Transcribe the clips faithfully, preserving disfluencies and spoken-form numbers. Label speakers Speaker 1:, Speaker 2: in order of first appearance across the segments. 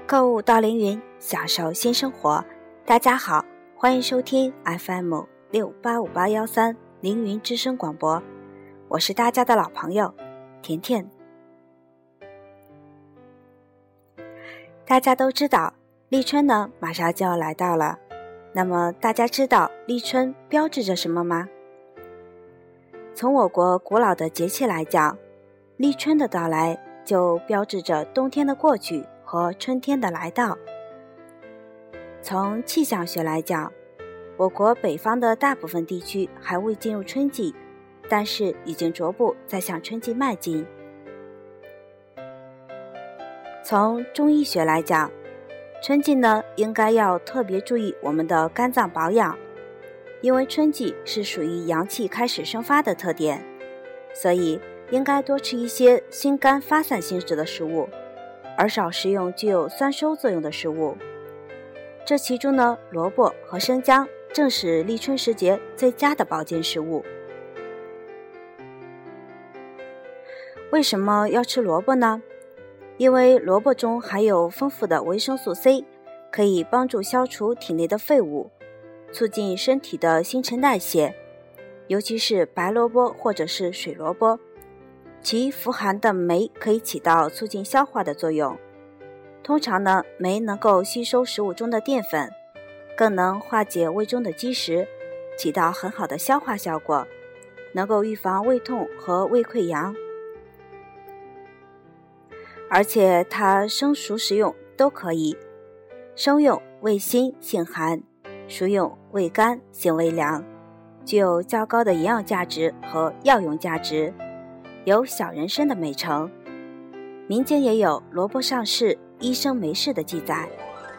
Speaker 1: 购物到凌云，享受新生活。大家好，欢迎收听 F M 六八五八一三凌云之声广播，我是大家的老朋友甜甜。大家都知道立春呢马上就要来到了，那么大家知道立春标志着什么吗？从我国古老的节气来讲，立春的到来就标志着冬天的过去和春天的来到。从气象学来讲，我国北方的大部分地区还未进入春季，但是已经逐步在向春季迈进。从中医学来讲，春季呢应该要特别注意我们的肝脏保养，因为春季是属于阳气开始生发的特点，所以应该多吃一些心肝发散性质的食物，而少食用具有酸收作用的食物。这其中呢，萝卜和生姜正是立春时节最佳的保健食物。为什么要吃萝卜呢？因为萝卜中含有丰富的维生素 C， 可以帮助消除体内的废物，促进身体的新陈代谢，尤其是白萝卜或者是水萝卜，其富含的酶可以起到促进消化的作用。通常呢，酶能够吸收食物中的淀粉，更能化解胃中的积食，起到很好的消化效果，能够预防胃痛和胃溃疡。而且它生熟食用都可以，生用味辛性寒，熟用味甘性微凉，具有较高的营养价值和药用价值，有小人参的美称。民间也有萝卜上市医生没事的记载。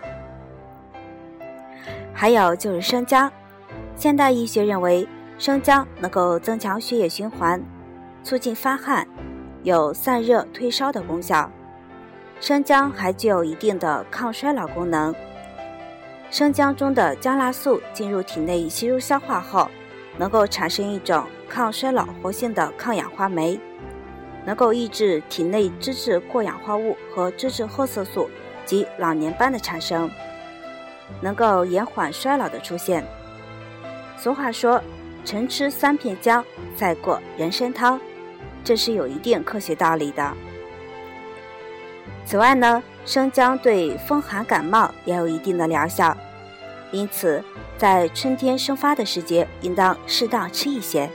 Speaker 1: 还有就是生姜，现代医学认为生姜能够增强血液循环，促进发汗，有散热退烧的功效。生姜还具有一定的抗衰老功能，生姜中的姜辣素进入体内吸入消化后，能够产生一种抗衰老活性的抗氧化酶，能够抑制体内脂质过氧化物和脂质褐色素及老年斑的产生，能够延缓衰老的出现。俗话说，晨吃三片姜，再过人参汤，这是有一定科学道理的。此外呢，生姜对风寒感冒也有一定的疗效，因此在春天生发的时节应当适当吃一些。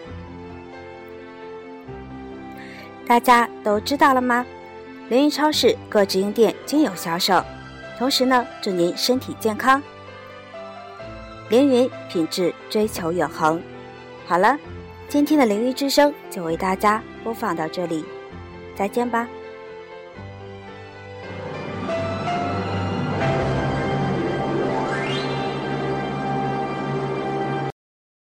Speaker 1: 大家都知道了吗？凌云超市各直营店均有销售，同时呢，祝您身体健康。凌云品质追求永恒。好了，今天的凌云之声就为大家播放到这里，再见吧。